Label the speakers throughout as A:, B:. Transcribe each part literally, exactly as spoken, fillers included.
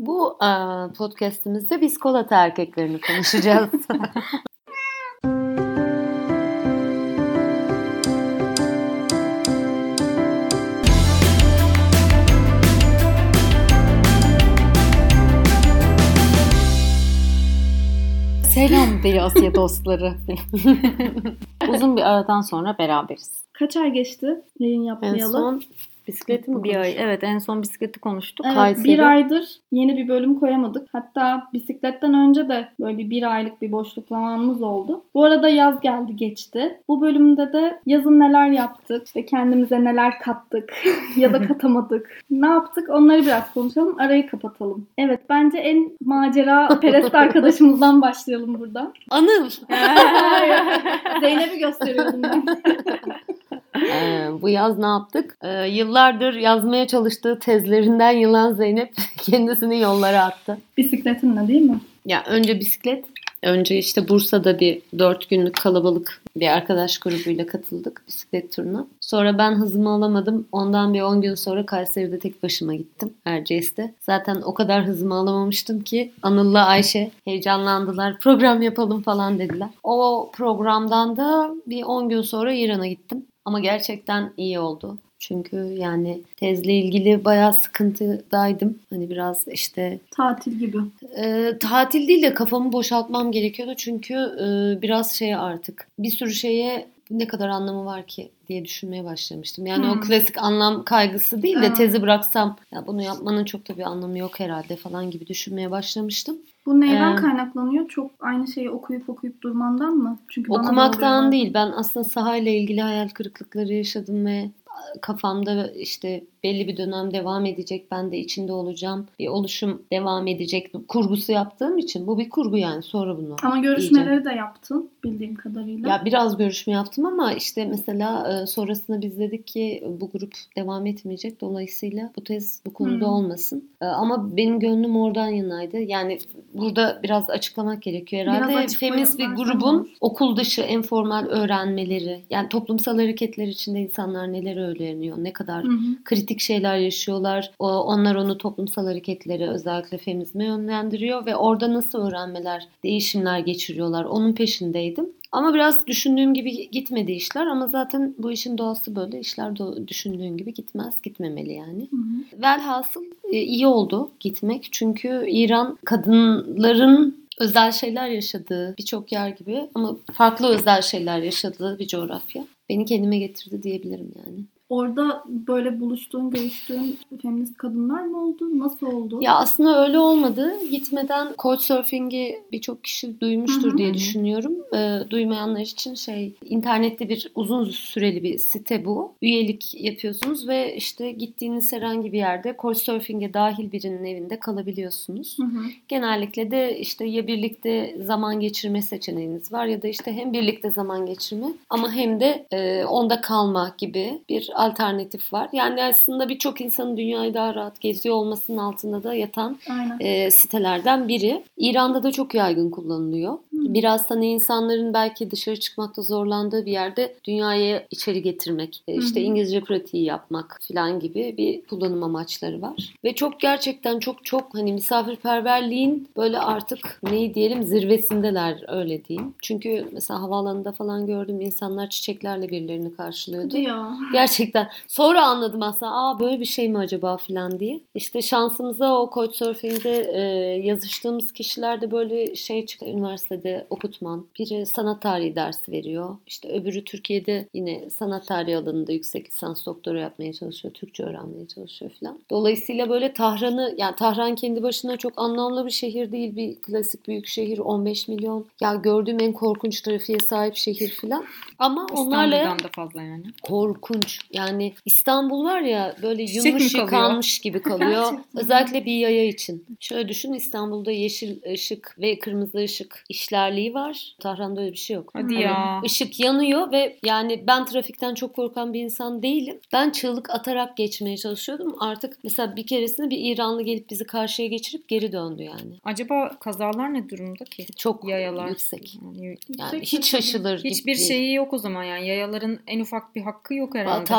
A: Bu e, podcastimizde biskolata erkeklerini konuşacağız. Selam deli Asya dostları. Uzun bir aradan sonra beraberiz.
B: Kaç ay geçti yayın yapmayalı?
A: En son bisikleti mi
C: Bir ay.
A: konuştuk?
C: Evet, en son bisikleti konuştuk.
B: Evet,
A: Kayseri.
B: bir aydır yeni bir bölüm koyamadık. Hatta bisikletten önce de böyle bir, bir aylık bir boşluk zamanımız oldu. Bu arada yaz geldi geçti. Bu bölümde de yazın neler yaptık, işte kendimize neler kattık ya da katamadık. Ne yaptık onları biraz konuşalım, arayı kapatalım. Evet, bence en macera perest arkadaşımızdan başlayalım buradan.
A: Anıl.
B: Zeynep'i gösteriyordum ben.
A: Ee, bu yaz ne yaptık? Ee, yıllardır yazmaya çalıştığı tezlerinden yılan Zeynep kendisini yollara attı.
B: Bisikletinle değil mi?
A: Ya önce bisiklet, önce işte Bursa'da bir dört günlük kalabalık bir arkadaş grubuyla katıldık bisiklet turuna. Sonra ben hızımı alamadım. Ondan bir on gün sonra Kayseri'de tek başıma gittim Erciyes'te. Zaten o kadar hızımı alamamıştım ki Anıl'la Ayşe heyecanlandılar. Program yapalım falan dediler. O programdan da bir on gün sonra İran'a gittim. Ama gerçekten iyi oldu. Çünkü yani tezle ilgili bayağı sıkıntıdaydım. Hani biraz işte...
B: Tatil gibi.
A: E, tatil değil de kafamı boşaltmam gerekiyordu. Çünkü e, biraz şey artık bir sürü şeye ne kadar anlamı var ki diye düşünmeye başlamıştım. Yani hmm. o klasik anlam kaygısı değil de tezi bıraksam ya bunu yapmanın çok da bir anlamı yok herhalde falan gibi düşünmeye başlamıştım.
B: Bu neyden ee, kaynaklanıyor? Çok aynı şeyi okuyup okuyup durmandan mı? Çünkü
A: okumaktan değil. Ben aslında sahayla ilgili hayal kırıklıkları yaşadım ve kafamda işte belli bir dönem devam edecek. Ben de içinde olacağım. Bir oluşum devam edecek. Kurgusu yaptığım için. Bu bir kurgu yani. Sonra bunu
B: Ama görüşmeleri diyeceğim. De yaptın bildiğim kadarıyla.
A: Ya biraz görüşme yaptım ama işte mesela sonrasında biz dedik ki bu grup devam etmeyecek. Dolayısıyla bu tez bu konuda hmm. olmasın. Ama benim gönlüm oradan yanaydı. Yani burada biraz açıklamak gerekiyor herhalde. Feminist bir grubun olur. Okul dışı enformal öğrenmeleri. Yani toplumsal hareketler içinde insanlar neler öğreniyor, ne kadar hı hı. kritik şeyler yaşıyorlar. O, onlar onu toplumsal hareketlere, özellikle feminizme yönlendiriyor ve orada nasıl öğrenmeler, değişimler geçiriyorlar. Onun peşindeydim. Ama biraz düşündüğüm gibi gitmedi işler ama zaten bu işin doğası böyle. İşler de düşündüğün gibi gitmez, gitmemeli yani. Hı hı. Velhasıl iyi oldu gitmek. Çünkü İran kadınların özel şeyler yaşadığı birçok yer gibi ama farklı özel şeyler yaşadığı bir coğrafya. Beni kendime getirdi diyebilirim yani.
B: Orada böyle buluştuğun, görüştüğün feminist kadınlar mı oldu? Nasıl oldu?
A: Ya aslında öyle olmadı. Gitmeden Couchsurfing'i birçok kişi duymuştur Hı-hı. diye düşünüyorum. E, duymayanlar için şey, internette bir uzun süreli bir site bu. Üyelik yapıyorsunuz ve işte gittiğiniz herhangi bir yerde Couchsurfing'e dahil birinin evinde kalabiliyorsunuz. Hı-hı. Genellikle de işte ya birlikte zaman geçirme seçeneğiniz var ya da işte hem birlikte zaman geçirme ama hem de e, onda kalma gibi bir alternatif var. Yani aslında birçok insanın dünyayı daha rahat geziyor olmasının altında da yatan e, sitelerden biri. İran'da da çok yaygın kullanılıyor. Hmm. Biraz hani insanların belki dışarı çıkmakta zorlandığı bir yerde dünyaya içeri getirmek, e, işte hmm. İngilizce pratiği yapmak falan gibi bir kullanım amaçları var. Ve çok gerçekten çok çok hani misafirperverliğin böyle artık neyi diyelim zirvesindeler öyle diyeyim. Çünkü mesela havaalanında falan gördüm insanlar çiçeklerle birilerini karşılıyordu.
B: Hadi ya.
A: Gerçekten. Sonra anladım aslında aa böyle bir şey mi acaba falan diye. İşte şansımıza o Couchsurfing'de e, yazıştığımız kişiler de böyle şey çıktı. Üniversitede okutman. Biri sanat tarihi dersi veriyor. İşte öbürü Türkiye'de yine sanat tarihi alanında yüksek lisans doktora yapmaya çalışıyor. Türkçe öğrenmeye çalışıyor falan. Dolayısıyla böyle Tahran'ı yani Tahran kendi başına çok anlamlı bir şehir değil. Bir klasik büyük şehir on beş milyon. Ya gördüğüm en korkunç trafiğe sahip şehir falan. Ama onlarla
C: İstanbul'dan da fazla yani.
A: Korkunç. Yani İstanbul var ya böyle yumuş yıkanmış gibi kalıyor. Özellikle bir yaya için. Şöyle düşün İstanbul'da yeşil ışık ve kırmızı ışık işlerliği var. Tahran'da öyle bir şey yok.
C: Hadi hani ya.
A: Işık yanıyor ve yani ben trafikten çok korkan bir insan değilim. Ben çığlık atarak geçmeye çalışıyordum. Artık mesela bir keresinde bir İranlı gelip bizi karşıya geçirip geri döndü yani.
C: Acaba kazalar ne durumda ki?
A: Çok
C: yayalar
A: yüksek.
C: Yani,
A: yani hiç şaşılır
C: Hiçbir
A: gibi
C: şeyi yok o zaman yani. Yayaların en ufak bir hakkı yok herhalde.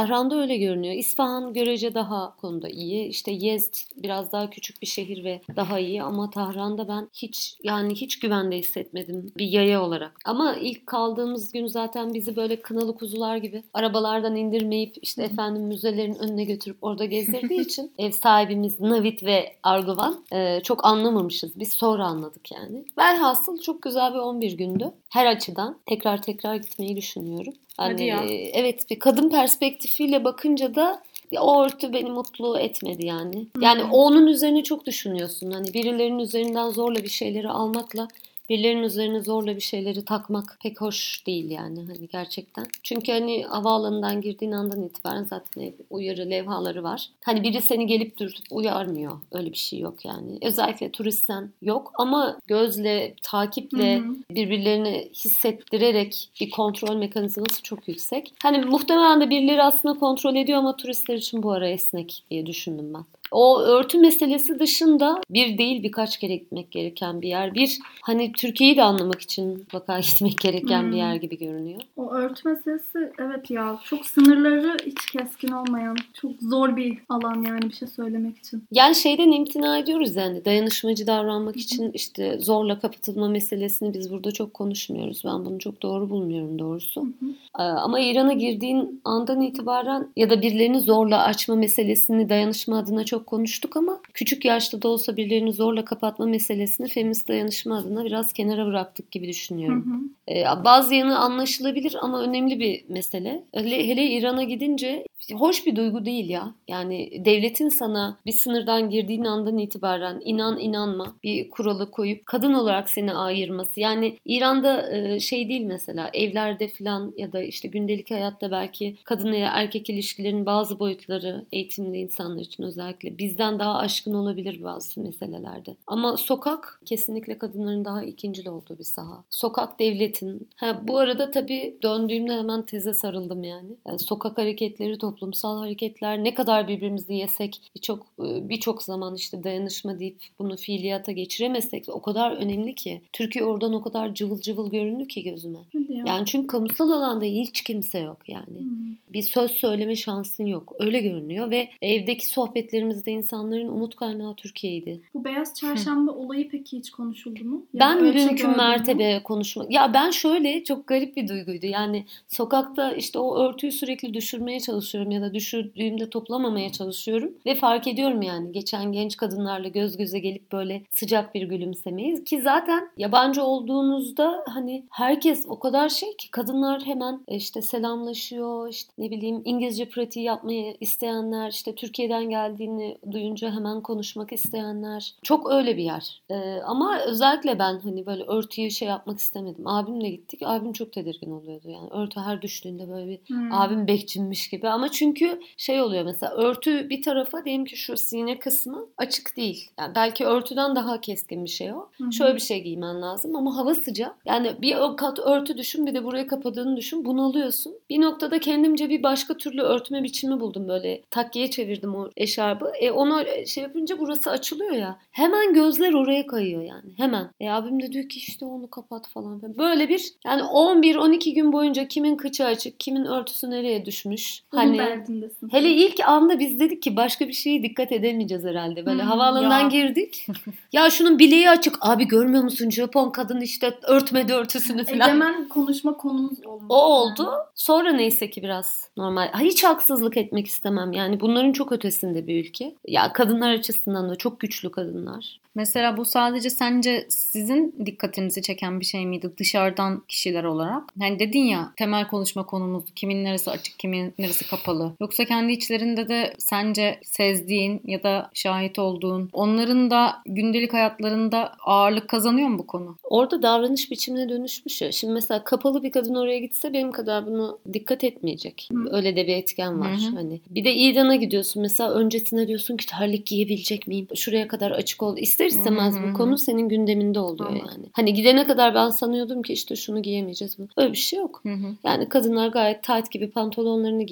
A: Tahran'da öyle görünüyor. İsfahan görece daha konuda iyi. İşte Yezd biraz daha küçük bir şehir ve daha iyi ama Tahran'da ben hiç yani hiç güvende hissetmedim bir yaya olarak. Ama ilk kaldığımız gün zaten bizi böyle kınalı kuzular gibi arabalardan indirmeyip işte efendim müzelerin önüne götürüp orada gezdirdiği için ev sahibimiz Navit ve Arguvan e, çok anlamamışız. Biz sonra anladık yani. Velhasıl çok güzel bir on bir gündü. Her açıdan tekrar tekrar gitmeyi düşünüyorum.
C: Hadi ya.
A: Yani, evet, bir kadın perspektifiyle bakınca da o örtü beni mutlu etmedi yani. Yani
B: Hı-hı.
A: onun üzerine çok düşünüyorsun. Hani birilerinin üzerinden zorla bir şeyleri almakla birilerinin üzerine zorla bir şeyleri takmak pek hoş değil yani hani gerçekten. Çünkü hani havaalanından girdiğin andan itibaren zaten uyarı levhaları var. Hani biri seni gelip durup uyarmıyor. Öyle bir şey yok yani. Özellikle turistsen yok ama gözle, takiple
B: Hı hı.
A: birbirlerini hissettirerek bir kontrol mekanizması çok yüksek. Hani muhtemelen de birileri aslında kontrol ediyor ama turistler için bu ara esnek diye düşündüm ben. O örtü meselesi dışında bir değil birkaç kere gitmek gereken bir yer. Bir hani Türkiye'yi de anlamak için mutlaka gitmek gereken
B: Hmm.
A: bir yer gibi görünüyor.
B: O örtü meselesi evet ya çok sınırları hiç keskin olmayan çok zor bir alan yani bir şey söylemek için.
A: Yani şeyden imtina ediyoruz yani dayanışmacı davranmak Hı-hı. için işte zorla kapatılma meselesini biz burada çok konuşmuyoruz. Ben bunu çok doğru bulmuyorum doğrusu. Hı-hı. Ama İran'a girdiğin andan itibaren ya da birilerini zorla açma meselesini dayanışma adına çok konuştuk ama küçük yaşta da olsa birilerini zorla kapatma meselesini feminist dayanışma adına biraz kenara bıraktık gibi düşünüyorum. Hı hı. Ee, bazı yanı anlaşılabilir ama önemli bir mesele. Hele, hele İran'a gidince hoş bir duygu değil ya. Yani devletin sana bir sınırdan girdiğin andan itibaren inan inanma bir kuralı koyup kadın olarak seni ayırması. Yani İran'da şey değil mesela evlerde falan ya da işte gündelik hayatta belki kadın ile erkek ilişkilerinin bazı boyutları eğitimli insanlar için özellikle bizden daha aşkın olabilir bazı meselelerde. Ama sokak kesinlikle kadınların daha ikincil olduğu bir saha. Sokak devletin. Ha, bu arada tabii döndüğümde hemen teze sarıldım yani. yani sokak hareketleri, toplumsal hareketler ne kadar birbirimizi yesek birçok birçok zaman işte dayanışma deyip bunu fiiliyata geçiremezsek o kadar önemli ki. Türkiye oradan o kadar cıvıl cıvıl göründü ki gözüme. Yani çünkü kamusal alanda hiç kimse yok yani. Hmm. Bir söz söyleme şansın yok. Öyle görünüyor ve evdeki sohbetlerimizde insanların umut kaynağı Türkiye'ydi.
B: Bu Beyaz Çarşamba Hı. olayı peki hiç konuşuldu mu?
A: Ya ben mümkün mertebe konuşma. Ya ben şöyle çok garip bir duyguydu. Yani sokakta işte o örtüyü sürekli düşürmeye çalışıyorum ya da düşürdüğümde toplamamaya çalışıyorum ve fark ediyorum yani geçen genç kadınlarla göz göze gelip böyle sıcak bir gülümsemeyiz ki zaten yabancı olduğunuzda hani herkes o kadar şey ki kadınlar hemen işte selamlaşıyor işte ne bileyim İngilizce pratiği yapmayı isteyenler işte Türkiye'den geldiğini duyunca hemen konuşmak isteyenler çok öyle bir yer ee, ama özellikle ben hani böyle örtüyü şey yapmak istemedim abimle gittik abim çok tedirgin oluyordu yani örtü her düştüğünde böyle bir hmm. abim bekçinmiş gibi ama çünkü şey oluyor mesela örtü bir tarafa diyelim ki şu sine kısmı açık değil yani belki örtüden daha keskin bir şey o hmm. şöyle bir şey giymen lazım ama hava sıcak yani bir kat örtü düşün bir de burayı kapadığını düşün bunalıyorsun. Bir noktada kendimce bir başka türlü örtme biçimi buldum böyle takkiye çevirdim o eşarbı. E onu şey yapınca burası açılıyor ya. Hemen gözler oraya kayıyor yani hemen. E abim de diyor ki işte onu kapat falan. Böyle bir yani on bir on iki gün boyunca kimin kıçı açık kimin örtüsü nereye düşmüş.
B: Bunun
A: hani
B: derdindesin.
A: Hele ilk anda biz dedik ki başka bir şeye dikkat edemeyeceğiz herhalde. Böyle hmm, havaalanından ya. girdik. Ya şunun bileği açık. Abi görmüyor musun Japon kadın işte örtmedi örtüsünü falan.
B: Egemen konuşma konumuz oldu.
A: O oldu. Yani. Sonra neyse ki biraz normal. Hiç haksızlık etmek istemem. Yani bunların çok ötesinde bir ülke. Ya kadınlar açısından da çok güçlü kadınlar.
C: Mesela bu sadece sence sizin dikkatinizi çeken bir şey miydi dışarıdan kişiler olarak? Hani dedin ya temel konuşma konumuz kimin neresi açık kimin neresi kapalı. Yoksa kendi içlerinde de sence sezdiğin ya da şahit olduğun onların da gündelik hayatlarında ağırlık kazanıyor mu bu konu?
A: Orada davranış biçimine dönüşmüş ya. Şimdi mesela kapalı bir kadın oraya gitse benim kadar bunu dikkat etmeyecek. Hı. Öyle de bir etken var. Hı-hı. Hani bir de İran'a gidiyorsun mesela öncesinde diyorsun ki terlik giyebilecek miyim? Şuraya kadar açık ol. İster istemez Hı-hı. bu konu senin gündeminde oluyor Hı-hı. yani. Hani gidene kadar ben sanıyordum ki işte şunu giyemeyeceğiz. Öyle bir şey yok. Hı-hı. Yani kadınlar gayet tight gibi pantolonlarını giyip ama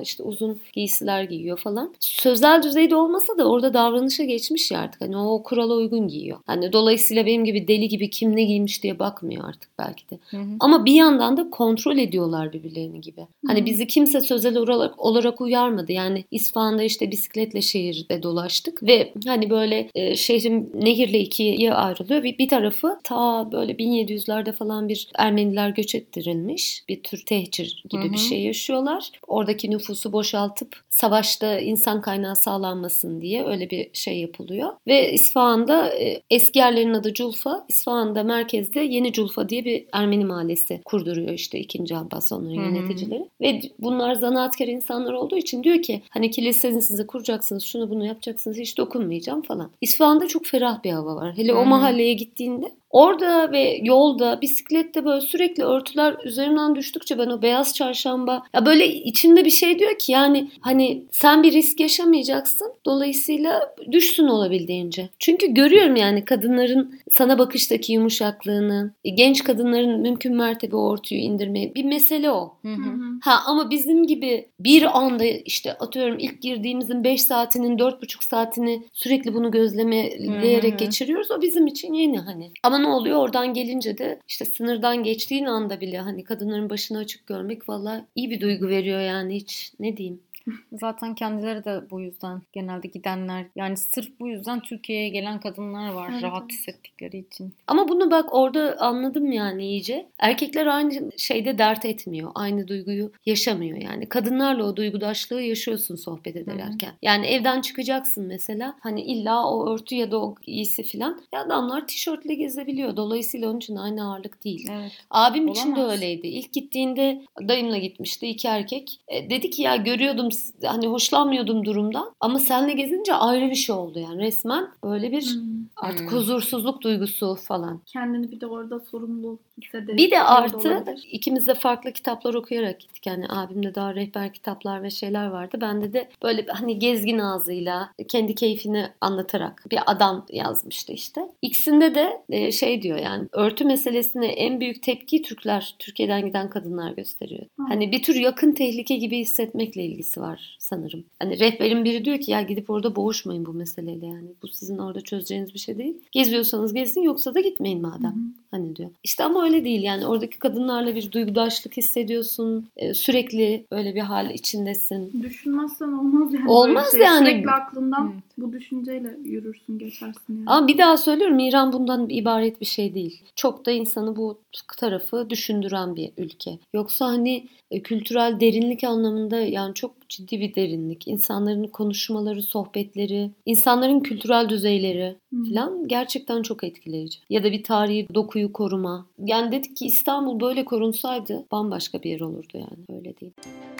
A: işte uzun giysiler giyiyor falan. Sözel düzeyde olmasa da orada davranışa geçmiş ya artık. Hani o kurala uygun giyiyor. Hani dolayısıyla benim gibi deli gibi kim ne giymiş diye bakmıyor artık belki de. Hı hı. Ama bir yandan da kontrol ediyorlar birbirlerini gibi. Hani hı. bizi kimse sözel olarak, olarak uyarmadı. Yani İsfahan'da işte bisikletle şehirde dolaştık ve hani böyle e, şehrin nehirle ikiye ayrılıyor ve bir tarafı ta böyle bin yedi yüzlerde falan bir Ermeniler göç ettirilmiş. Bir tür tehcir gibi hı hı. bir şey yaşıyorlar. Oradaki nüfusu boşaltıp savaşta insan kaynağı sağlanmasın diye öyle bir şey yapılıyor. Ve İsfahan'da e, eski yerlerin adı Culfa. İsfahan'da merkezde Yeni Culfa diye bir Ermeni mahallesi kurduruyor işte ikinci Abbas onların hmm. yöneticileri. Ve bunlar zanaatkar insanlar olduğu için diyor ki hani kilisenizi kuracaksınız, şunu bunu yapacaksınız, hiç dokunmayacağım falan. İsfahan'da çok ferah bir hava var. Hele hmm. o mahalleye gittiğinde orada ve yolda, bisiklette böyle sürekli örtüler üzerinden düştükçe ben o beyaz çarşamba ya böyle içimde bir şey diyor ki yani hani sen bir risk yaşamayacaksın. Dolayısıyla düşsün olabildiğince. Çünkü görüyorum yani kadınların sana bakıştaki yumuşaklığını, genç kadınların mümkün mertebe o örtüyü indirmeye bir mesele o. Hı hı. Ha ama bizim gibi bir anda işte atıyorum ilk girdiğimizin beş saatinin dört buçuk saatini sürekli bunu gözlemleyerek hı hı. geçiriyoruz. O bizim için yeni hani. Ama ne oluyor? Oradan gelince de işte sınırdan geçtiğin anda bile hani kadınların başını açık görmek vallahi iyi bir duygu veriyor yani hiç ne diyeyim.
C: Zaten kendileri de bu yüzden genelde gidenler yani sırf bu yüzden Türkiye'ye gelen kadınlar var evet, rahat hissettikleri için.
A: Ama bunu bak orada anladım yani iyice. Erkekler aynı şeyde dert etmiyor. Aynı duyguyu yaşamıyor yani. Kadınlarla o duygudaşlığı yaşıyorsun sohbet ederken. Hı-hı. Yani evden çıkacaksın mesela. Hani illa o örtü ya da o giysi falan. Ya adamlar tişörtle gezebiliyor. Dolayısıyla onun için aynı ağırlık değil. Evet. Abim Olamaz. için de öyleydi. İlk gittiğinde dayımla gitmişti iki erkek. E, dedi ki ya görüyordum hani hoşlanmıyordum durumdan ama seninle gezince ayrı bir şey oldu yani resmen böyle bir hmm. artık hmm. huzursuzluk duygusu falan.
B: Kendini bir de orada sorumlu hissedelim.
A: Bir de artı ikimiz de farklı kitaplar okuyarak gittik yani abimde daha rehber kitaplar ve şeyler vardı. Bende de böyle hani gezgin ağzıyla kendi keyfini anlatarak bir adam yazmıştı işte. İkisinde de şey diyor yani örtü meselesine en büyük tepkiyi Türkler, Türkiye'den giden kadınlar gösteriyor. Hmm. Hani bir tür yakın tehlike gibi hissetmekle ilgisi var sanırım. Hani rehberin biri diyor ki ya gidip orada boğuşmayın bu meseleyle yani. Bu sizin orada çözeceğiniz bir şey değil. Geziyorsanız gezin yoksa da gitmeyin madem. Hı hı. Hani diyor. İşte ama öyle değil yani. Oradaki kadınlarla bir duygudaşlık hissediyorsun. Ee, sürekli öyle bir hal içindesin.
B: Düşünmezsen olmaz yani.
A: Olmaz
B: şey.
A: yani.
B: Sürekli aklından evet. bu düşünceyle yürürsün, geçersin yani.
A: Ama bir daha söylüyorum İran bundan ibaret bir şey değil. Çok da insanı bu tarafı düşündüren bir ülke. Yoksa hani e, kültürel derinlik anlamında yani çok ciddi bir derinlik. İnsanların konuşmaları, sohbetleri, insanların kültürel düzeyleri hmm. falan gerçekten çok etkileyici. Ya da bir tarihi dokuyu koruma. Yani dedik ki İstanbul böyle korunsaydı bambaşka bir yer olurdu yani. Öyle değil.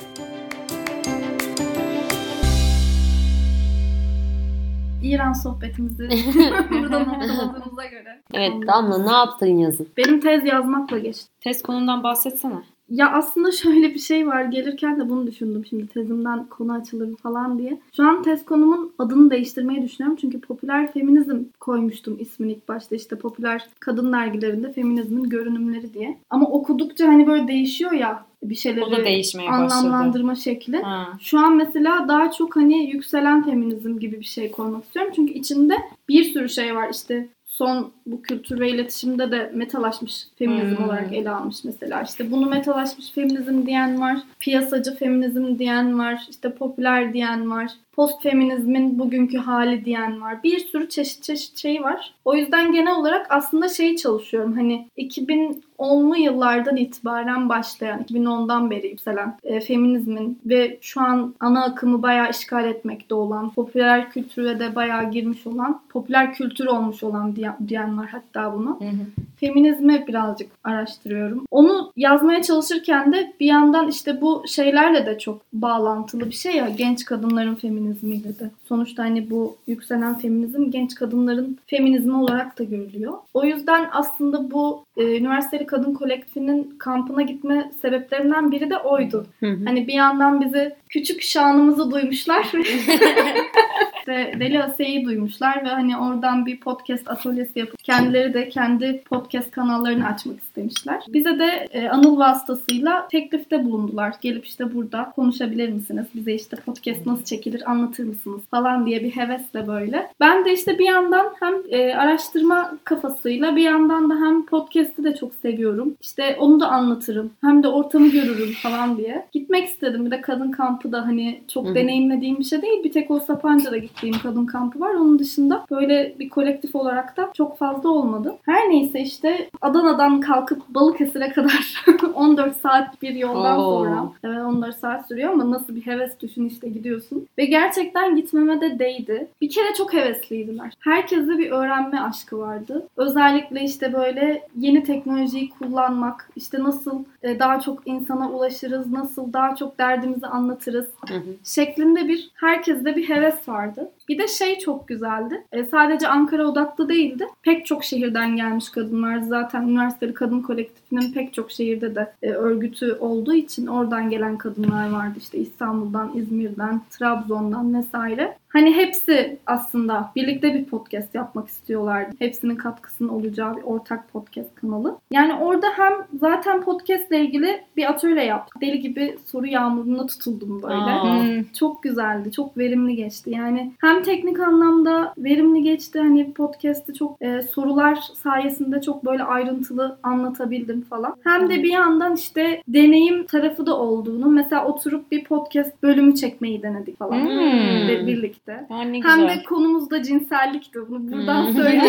B: İran sohbetimizi burada noktaladığımıza göre.
A: Evet Damla ne yaptın yazın?
B: Benim tez yazmakla geçti.
C: Tez konundan bahsetsene.
B: Ya aslında şöyle bir şey var. Gelirken de bunu düşündüm. Şimdi tezimden konu açılır falan diye. Şu an tez konumun adını değiştirmeyi düşünüyorum. Çünkü popüler feminizm koymuştum ismini ilk başta. İşte popüler kadın dergilerinde feminizmin görünümleri diye. Ama okudukça hani böyle değişiyor ya bir şeyleri anlamlandırma başladı. Şekli. Ha. Şu an mesela daha çok hani yükselen feminizm gibi bir şey koymak istiyorum. Çünkü içinde bir sürü şey var. İşte son bu kültür ve iletişimde de metalaşmış feminizm hmm. olarak ele almış mesela. İşte bunu metalaşmış feminizm diyen var. Piyasacı feminizm diyen var. İşte popüler diyen var. Post feminizmin bugünkü hali diyen var. Bir sürü çeşit çeşit şey var. O yüzden genel olarak aslında şeyi çalışıyorum. Hani iki bin onlu yıllardan itibaren başlayan, iki bin ondan beri yükselen e, feminizmin ve şu an ana akımı bayağı işgal etmekte olan, popüler kültüre de bayağı girmiş olan, popüler kültür olmuş olan diyen, diyen var hatta bunu. Hı hı. Feminizmi birazcık araştırıyorum. Onu yazmaya çalışırken de bir yandan işte bu şeylerle de çok bağlantılı bir şey ya. Genç kadınların feminizmiyle de. Sonuçta hani bu yükselen feminizm genç kadınların feminizmi olarak da görülüyor. O yüzden aslında bu e, üniversiteli kadın kolektifinin kampına gitme sebeplerinden biri de oydu. Hı hı. Hani bir yandan bizi küçük şanımızı duymuşlar. İşte Deli Ase'yi duymuşlar ve hani oradan bir podcast atölyesi yapıp kendileri de kendi podcast podcast kanallarını açmak istemişler. Bize de e, Anıl vasıtasıyla teklifte bulundular. Gelip işte burada konuşabilir misiniz? Bize işte podcast nasıl çekilir anlatır mısınız falan diye bir hevesle böyle. Ben de işte bir yandan hem e, araştırma kafasıyla bir yandan da hem podcast'i de çok seviyorum. İşte onu da anlatırım. Hem de ortamı görürüm falan diye. Gitmek istedim. Bir de kadın kampı da hani çok Hı-hı. deneyimlediğim bir şey değil. Bir tek o Sapanca'da gittiğim kadın kampı var. Onun dışında böyle bir kolektif olarak da çok fazla olmadı. Her neyse işte Adana'dan kalkıp Balıkesir'e kadar on dört saat bir yoldan Oo. sonra. Evet on dört saat sürüyor ama nasıl bir heves düşün işte gidiyorsun. Ve gerçekten gitmeme de değdi. Bir kere çok hevesliydiler. Herkeste bir öğrenme aşkı vardı. Özellikle işte böyle yeni teknolojiyi kullanmak, işte nasıl daha çok insana ulaşırız, nasıl daha çok derdimizi anlatırız hı hı. şeklinde bir herkeste bir heves vardı. Bir de şey çok güzeldi. E, sadece Ankara odaklı değildi. Pek çok şehirden gelmiş kadınlar. Zaten Üniversiteli Kadın Kolektifinin pek çok şehirde de e, örgütü olduğu için oradan gelen kadınlar vardı. İşte İstanbul'dan, İzmir'den, Trabzon'dan vesaire. Hani hepsi aslında birlikte bir podcast yapmak istiyorlardı. Hepsinin katkısının olacağı bir ortak podcast kanalı. Yani orada hem zaten podcast ile ilgili bir atölye yaptık. Deli gibi soru yağmuruna tutuldum böyle. Hmm. Çok güzeldi. Çok verimli geçti. Yani hem teknik anlamda verimli geçti. Hani podcast'ı çok e, sorular sayesinde çok böyle ayrıntılı anlatabildim falan. Hem de bir yandan işte deneyim tarafı da olduğunu. Mesela oturup bir podcast bölümü çekmeyi denedik falan. Hmm. Ve birlikte. Hem de konumuz da cinsellikti. Bunu buradan hmm. söyleyeyim.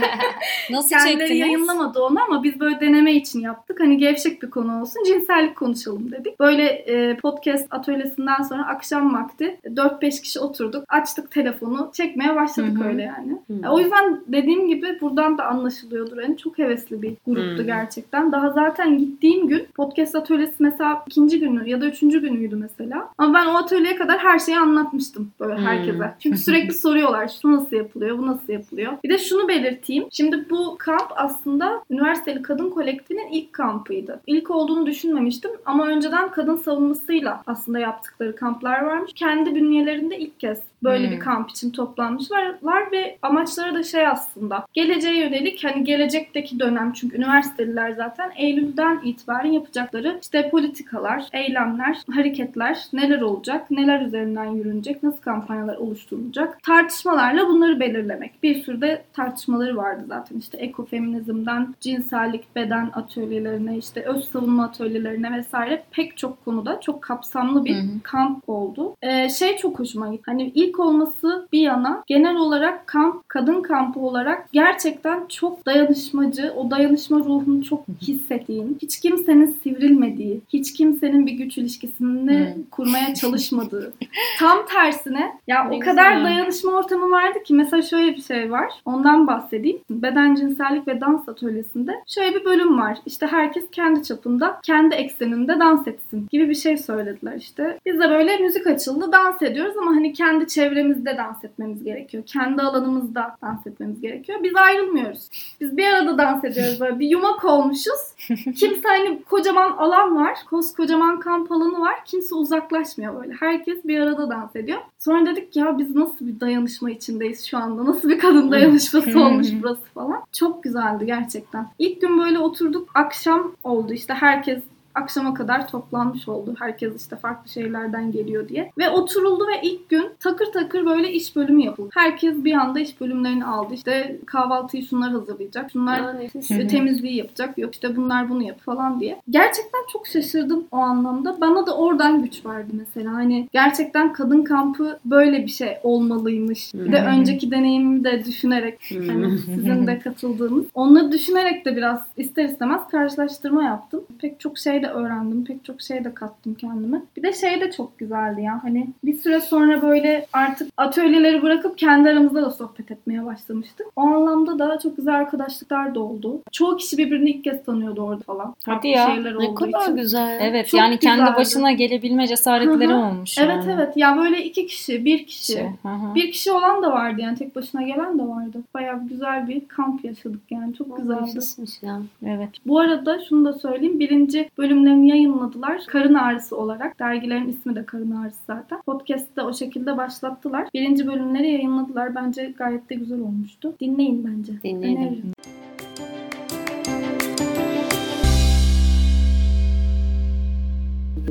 C: Nasıl
B: Kendileri
C: çektiniz?
B: yayınlamadı onu ama biz böyle deneme için yaptık. Hani gevşek bir konu olsun. Cinsellik konuşalım dedik. Böyle e, podcast atölyesinden sonra akşam vakti dört beş kişi oturduk. Açtık telefonu. Çekmeye başladık Hı-hı. öyle yani. Hı-hı. O yüzden dediğim gibi buradan da anlaşılıyordur. Yani çok hevesli bir gruptu Hı-hı. gerçekten. Daha zaten gittiğim gün podcast atölyesi mesela ikinci günü ya da üçüncü günüydü mesela. Ama ben o atölyeye kadar her şeyi anlatmıştım. Böyle Hı-hı. herkese. Çünkü sürekli soruyorlar şu nasıl yapılıyor, bu nasıl yapılıyor. Bir de şunu belirteyim. Şimdi bu kamp aslında Üniversiteli Kadın Kolektifinin ilk kampıydı. İlk olduğunu düşünmemiştim ama önceden kadın savunmasıyla aslında yaptıkları kamplar varmış. Kendi bünyelerinde ilk kez böyle hmm. bir kamp için toplanmışlar ve amaçları da şey aslında geleceğe yönelik hani gelecekteki dönem çünkü üniversiteliler zaten Eylül'den itibaren yapacakları işte politikalar, eylemler, hareketler neler olacak, neler üzerinden yürünecek, nasıl kampanyalar oluşturulacak tartışmalarla bunları belirlemek. Bir sürü de tartışmaları vardı zaten işte ekofeminizmden cinsellik, beden atölyelerine işte öz savunma atölyelerine vesaire pek çok konuda çok kapsamlı bir hmm. kamp oldu. Ee, şey çok hoşuma gitti. Hani ilk olması bir yana genel olarak kamp, kadın kampı olarak gerçekten çok dayanışmacı, o dayanışma ruhunu çok hissettiğin, hiç kimsenin sivrilmediği, hiç kimsenin bir güç ilişkisini hmm. kurmaya çalışmadığı. Tam tersine ya ne o kadar güzel. Dayanışma ortamı vardı ki mesela şöyle bir şey var. Ondan bahsedeyim. Beden, cinsellik ve dans atölyesinde şöyle bir bölüm var. İşte herkes kendi çapında, kendi ekseninde dans etsin gibi bir şey söylediler işte. Biz de böyle müzik açıldı, dans ediyoruz ama hani kendi çevremizde dans etmemiz gerekiyor. Kendi alanımızda dans etmemiz gerekiyor. Biz ayrılmıyoruz. Biz bir arada dans ediyoruz. Böyle bir yumak olmuşuz. Kimse hani kocaman alan var. Koskocaman kamp alanı var. Kimse uzaklaşmıyor böyle. Herkes bir arada dans ediyor. Sonra dedik ya biz nasıl bir dayanışma içindeyiz şu anda? Nasıl bir kadın dayanışması olmuş burası falan. Çok güzeldi gerçekten. İlk gün böyle oturduk. Akşam oldu işte herkes akşama kadar toplanmış oldu. Herkes işte farklı şehirlerden geliyor diye. Ve oturuldu ve ilk gün takır takır böyle iş bölümü yapıldı. Herkes bir anda iş bölümlerini aldı. İşte kahvaltıyı şunlar hazırlayacak. Şunlar yani, temizliği yapacak. Yok işte bunlar bunu yap falan diye. Gerçekten çok şaşırdım o anlamda. Bana da oradan güç verdi mesela. Hani gerçekten kadın kampı böyle bir şey olmalıymış. Bir de önceki deneyimimi de düşünerek hani sizin de katıldığınız. Onları düşünerek de biraz ister istemez karşılaştırma yaptım. Pek çok şey de öğrendim. Pek çok şey de kattım kendime. Bir de şey de çok güzeldi ya. Hani bir süre sonra böyle artık atölyeleri bırakıp kendi aramızda da sohbet etmeye başlamıştık. O anlamda da çok güzel arkadaşlıklar da oldu. Çoğu kişi birbirini ilk kez tanıyordu orada falan.
C: Hadi ya.
A: Ne kadar için. Güzel.
C: Evet
B: çok
C: yani
B: güzeldi.
C: Kendi başına gelebilme cesaretleri Hı-hı. olmuş.
B: Evet
C: yani.
B: evet. Ya böyle iki kişi, bir kişi. Hı-hı. Bir kişi olan da vardı yani. Tek başına gelen de vardı. Bayağı güzel bir kamp yaşadık yani. Çok güzeldi.
A: Ya.
C: Evet.
B: Bu arada şunu da söyleyeyim. Birinci bölümlerini yayınladılar. Karın Ağrısı olarak. Dergilerin ismi de Karın Ağrısı zaten. Podcast'ı da o şekilde başlattılar. Birinci bölümleri yayınladılar. Bence gayet de güzel olmuştu. Dinleyin bence.
A: Dinleyin.
B: Öneririm.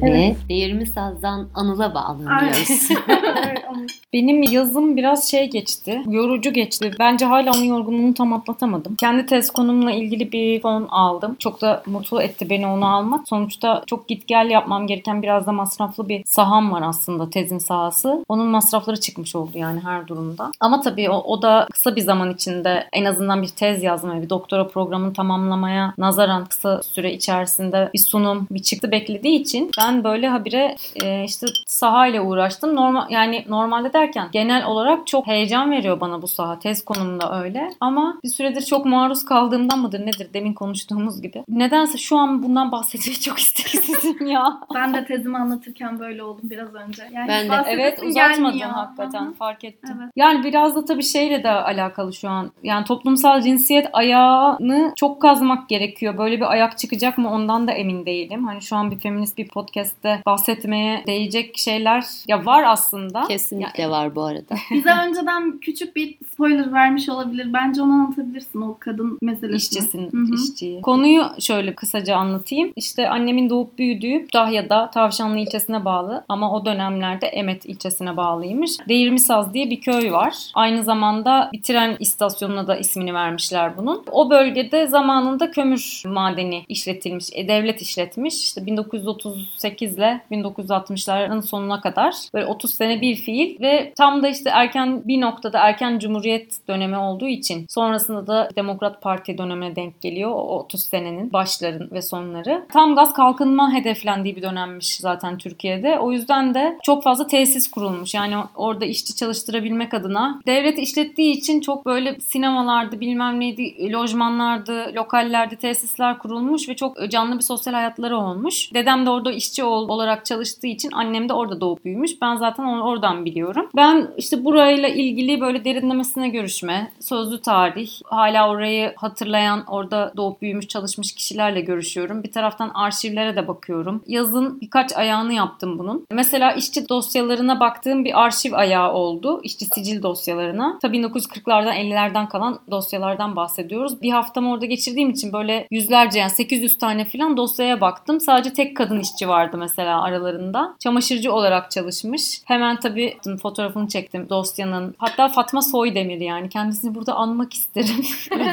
A: Evet.
B: Evet.
A: Değirmi Saz'dan Anıl'a bağlanıyoruz.
B: Evet, ama-
C: Benim yazım biraz şey geçti. Yorucu geçti. Bence hala onun yorgunluğunu tam atlatamadım. Kendi tez konumla ilgili bir fon aldım. Çok da mutlu etti beni onu almak. Sonuçta çok git gel yapmam gereken biraz da masraflı bir saham var aslında, tezin sahası. Onun masrafları çıkmış oldu yani her durumda. Ama tabii o, o da kısa bir zaman içinde en azından bir tez yazmaya, bir doktora programını tamamlamaya nazaran kısa süre içerisinde bir sunum, bir çıktı beklediği için ben böyle habire e, işte sahayla uğraştım. Normal yani normalde derken genel olarak çok heyecan veriyor bana bu saha. Tez konumunda öyle. Ama bir süredir çok maruz kaldığımdan mıdır nedir demin konuştuğumuz gibi. Nedense şu an bundan bahsetmeyi çok isteksizim ya.
B: Ben de tezimi anlatırken böyle oldum biraz önce. Yani
A: Ben de.
B: bahsedesim
C: Evet, uzatmadın
B: gelmiyor.
C: hakikaten.
B: Hı-hı.
C: Fark ettim.
B: Evet.
C: Yani biraz da tabii şeyle de alakalı şu an. Yani toplumsal cinsiyet ayağını çok kazmak gerekiyor. Böyle bir ayak çıkacak mı ondan da emin değilim. Hani şu an bir feminist bir podcast'te bahsetmeye değecek şeyler ya var aslında.
A: Kesinlikle
C: Ya,
A: var bu arada.
B: Bize önceden küçük bir spoiler vermiş olabilir. Bence onu anlatabilirsin, o kadın meselesini.
C: İşçisin,
B: Hı-hı.
C: işçiyi. Konuyu şöyle kısaca anlatayım. İşte annemin doğup büyüdüğü Kütahya'da Tavşanlı ilçesine bağlı ama o dönemlerde Emet ilçesine bağlıymış. Değirmisaz diye bir köy var. Aynı zamanda bir tren istasyonuna da ismini vermişler bunun. O bölgede zamanında kömür madeni işletilmiş, e, devlet işletmiş. İşte bin dokuz yüz otuz sekiz ile bin dokuz yüz altmışların sonuna kadar böyle otuz sene bir fiil ve tam da işte erken bir noktada erken cumhuriyet dönemi olduğu için sonrasında da Demokrat Parti dönemine denk geliyor o otuz senenin başların ve sonları. Tam gaz kalkınma hedeflendiği bir dönemmiş zaten Türkiye'de. O yüzden de çok fazla tesis kurulmuş. Yani orada işçi çalıştırabilmek adına devlet işlettiği için çok böyle sinemalardı, bilmem neydi, lojmanlardı, lokallerde tesisler kurulmuş ve çok canlı bir sosyal hayatları olmuş. Dedem de orada işçi olarak çalıştığı için annem de orada doğup büyümüş. Ben zaten onu oradan biliyorum. Ben işte burayla ilgili böyle derinlemesine görüşme, sözlü tarih, hala orayı hatırlayan, orada doğup büyümüş, çalışmış kişilerle görüşüyorum. Bir taraftan arşivlere de bakıyorum. Yazın birkaç ayağını yaptım bunun. Mesela işçi dosyalarına baktığım bir arşiv ayağı oldu. İşçi sicil dosyalarına. Tabii bin dokuz yüz kırklardan ellilerden kalan dosyalardan bahsediyoruz. Bir haftamı orada geçirdiğim için böyle yüzlerce yani sekiz yüz tane falan dosyaya baktım. Sadece tek kadın işçi vardı mesela aralarında. Çamaşırcı olarak çalışmış. Hemen tabii fotoğrafını çektim dosyanın. Hatta Fatma Soydemir yani. Kendisini burada anmak isterim.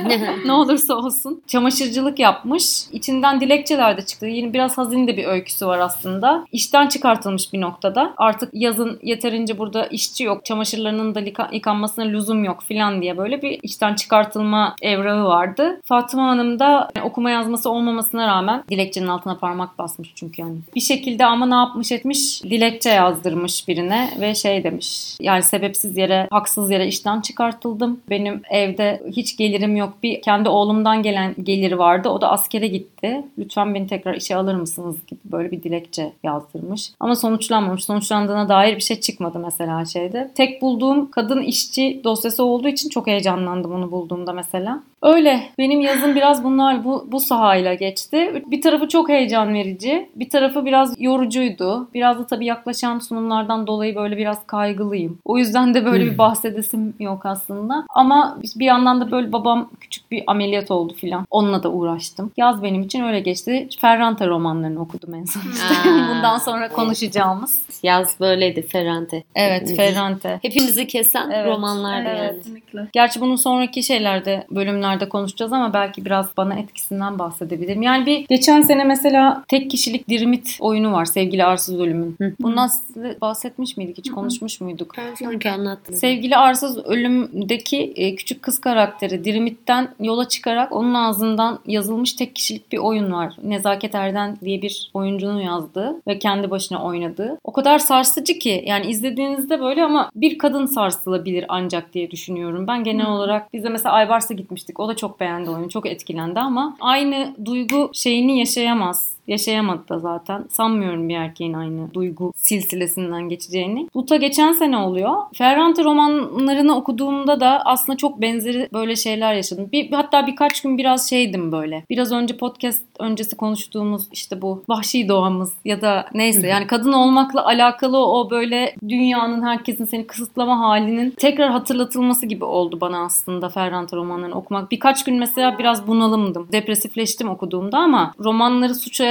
C: Ne olursa olsun. Çamaşırcılık yapmış. İçinden dilekçeler de çıktı. Yine biraz hazin de bir öyküsü var aslında. İşten çıkartılmış bir noktada. Artık yazın yeterince burada işçi yok. Çamaşırlarının da yıkanmasına lüzum yok filan diye böyle bir işten çıkartılma evrağı vardı. Fatma Hanım da yani okuma yazması olmamasına rağmen dilekçenin altına parmak basmış çünkü yani. Bir şekilde ama ne yapmış etmiş? Dilekçe yazdırmış birine ve şey demiş. Yani sebepsiz yere, haksız yere işten çıkartıldım. Benim evde hiç gelirim yok. Bir kendi oğlumdan gelen geliri vardı. O da askere gitti. Lütfen beni tekrar işe alır mısınız gibi böyle bir dilekçe yazdırmış. Ama sonuçlanmamış. Sonuçlandığına dair bir şey çıkmadı mesela şeyde. Tek bulduğum kadın işçi dosyası olduğu için çok heyecanlandım onu bulduğumda mesela. Öyle. Benim yazım biraz bunlar bu, bu sahayla geçti. Bir tarafı çok heyecan verici. Bir tarafı biraz yorucuydu. Biraz da tabii yaklaşan sunumlardan dolayı böyle biraz kaygılıyım. O yüzden de böyle bir bahsedesim yok aslında. Ama bir yandan da böyle babam küçük bir ameliyat oldu filan. Onunla da uğraştım. Yaz benim için öyle geçti. Ferrante romanlarını okudum en son işte. Bundan sonra konuşacağımız.
A: Yaz böyleydi, Ferrante.
C: Evet,
A: Hepimizi,
C: Ferrante.
A: hepimizi kesen
C: Evet,
A: romanlardı
B: Evet,
A: yani.
B: kesinlikle.
C: Gerçi bunun sonraki şeylerde, bölümlerde konuşacağız ama belki biraz bana etkisinden bahsedebilirim. Yani bir geçen sene mesela tek kişilik Dirimit oyunu var. Sevgili Arsız Ölüm'ün.
A: Hı.
C: Bundan size bahsetmiş miydik? Hiç konuşmuş muyduk?
A: Ben sanki anlattım.
C: Sevgili Arsız Ölüm'deki e, küçük kız karakteri Dirimit'ten yola çıkarak onun ağzından yazılmış tek kişilik bir oyun var. Nezaket Erden diye bir oyuncunun yazdığı ve kendi başına oynadığı. O kadar sarsıcı ki yani izlediğinizde böyle ama bir kadın sarsılabilir ancak diye düşünüyorum. Ben genel
B: Hmm.
C: olarak biz de mesela Aybars'a gitmiştik. O da çok beğendi oyunu. Çok etkilendi ama aynı duygu şeyini yaşayamaz. Yaşayamadı da zaten. Sanmıyorum bir erkeğin aynı duygu silsilesinden geçeceğini. Bu da geçen sene oluyor. Ferrante romanlarını okuduğumda da aslında çok benzeri böyle şeyler yaşadım. Bir, hatta birkaç gün biraz şeydim böyle. Biraz önce podcast öncesi konuştuğumuz işte bu vahşi doğamız ya da neyse yani kadın olmakla alakalı o böyle dünyanın, herkesin seni kısıtlama halinin tekrar hatırlatılması gibi oldu bana aslında Ferrante romanlarını okumak. Birkaç gün mesela biraz bunalımdım. Depresifleştim okuduğumda ama romanları suçlayarak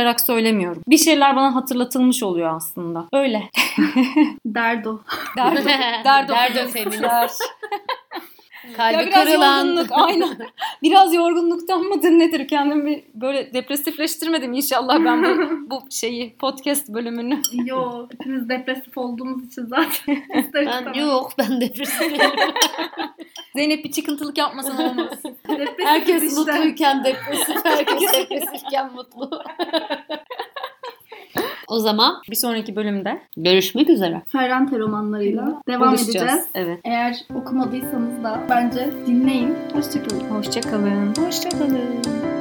C: olarak söylemiyorum. Bir şeyler bana hatırlatılmış oluyor aslında. Öyle.
B: Derdo.
C: Derdo. Derdo.
A: Derdo feminist. Kalbi
C: Ya biraz
A: kırılan.
C: yorgunluk, aynen. Biraz yorgunluktan mıdır nedir? Kendimi böyle depresifleştirmedim inşallah ben bu, bu şeyi podcast bölümünü.
B: Yo, hepimiz depresif olduğumuz için zaten.
A: Ben yok, ben depresifim.
C: Zeynep bir çıkıntılık yapmasan olmaz.
B: Depresif
A: Herkes
B: işte.
A: mutluyken depresif, herkes depresifken mutlu. O zaman
C: Bir sonraki bölümde
A: görüşmek üzere.
B: Ferrante romanlarıyla devam
C: buluşacağız.
B: edeceğiz.
C: Evet.
B: Eğer okumadıysanız da bence dinleyin. Hoşçakalın.
C: Hoşça kalın.
A: Hoşçakalın.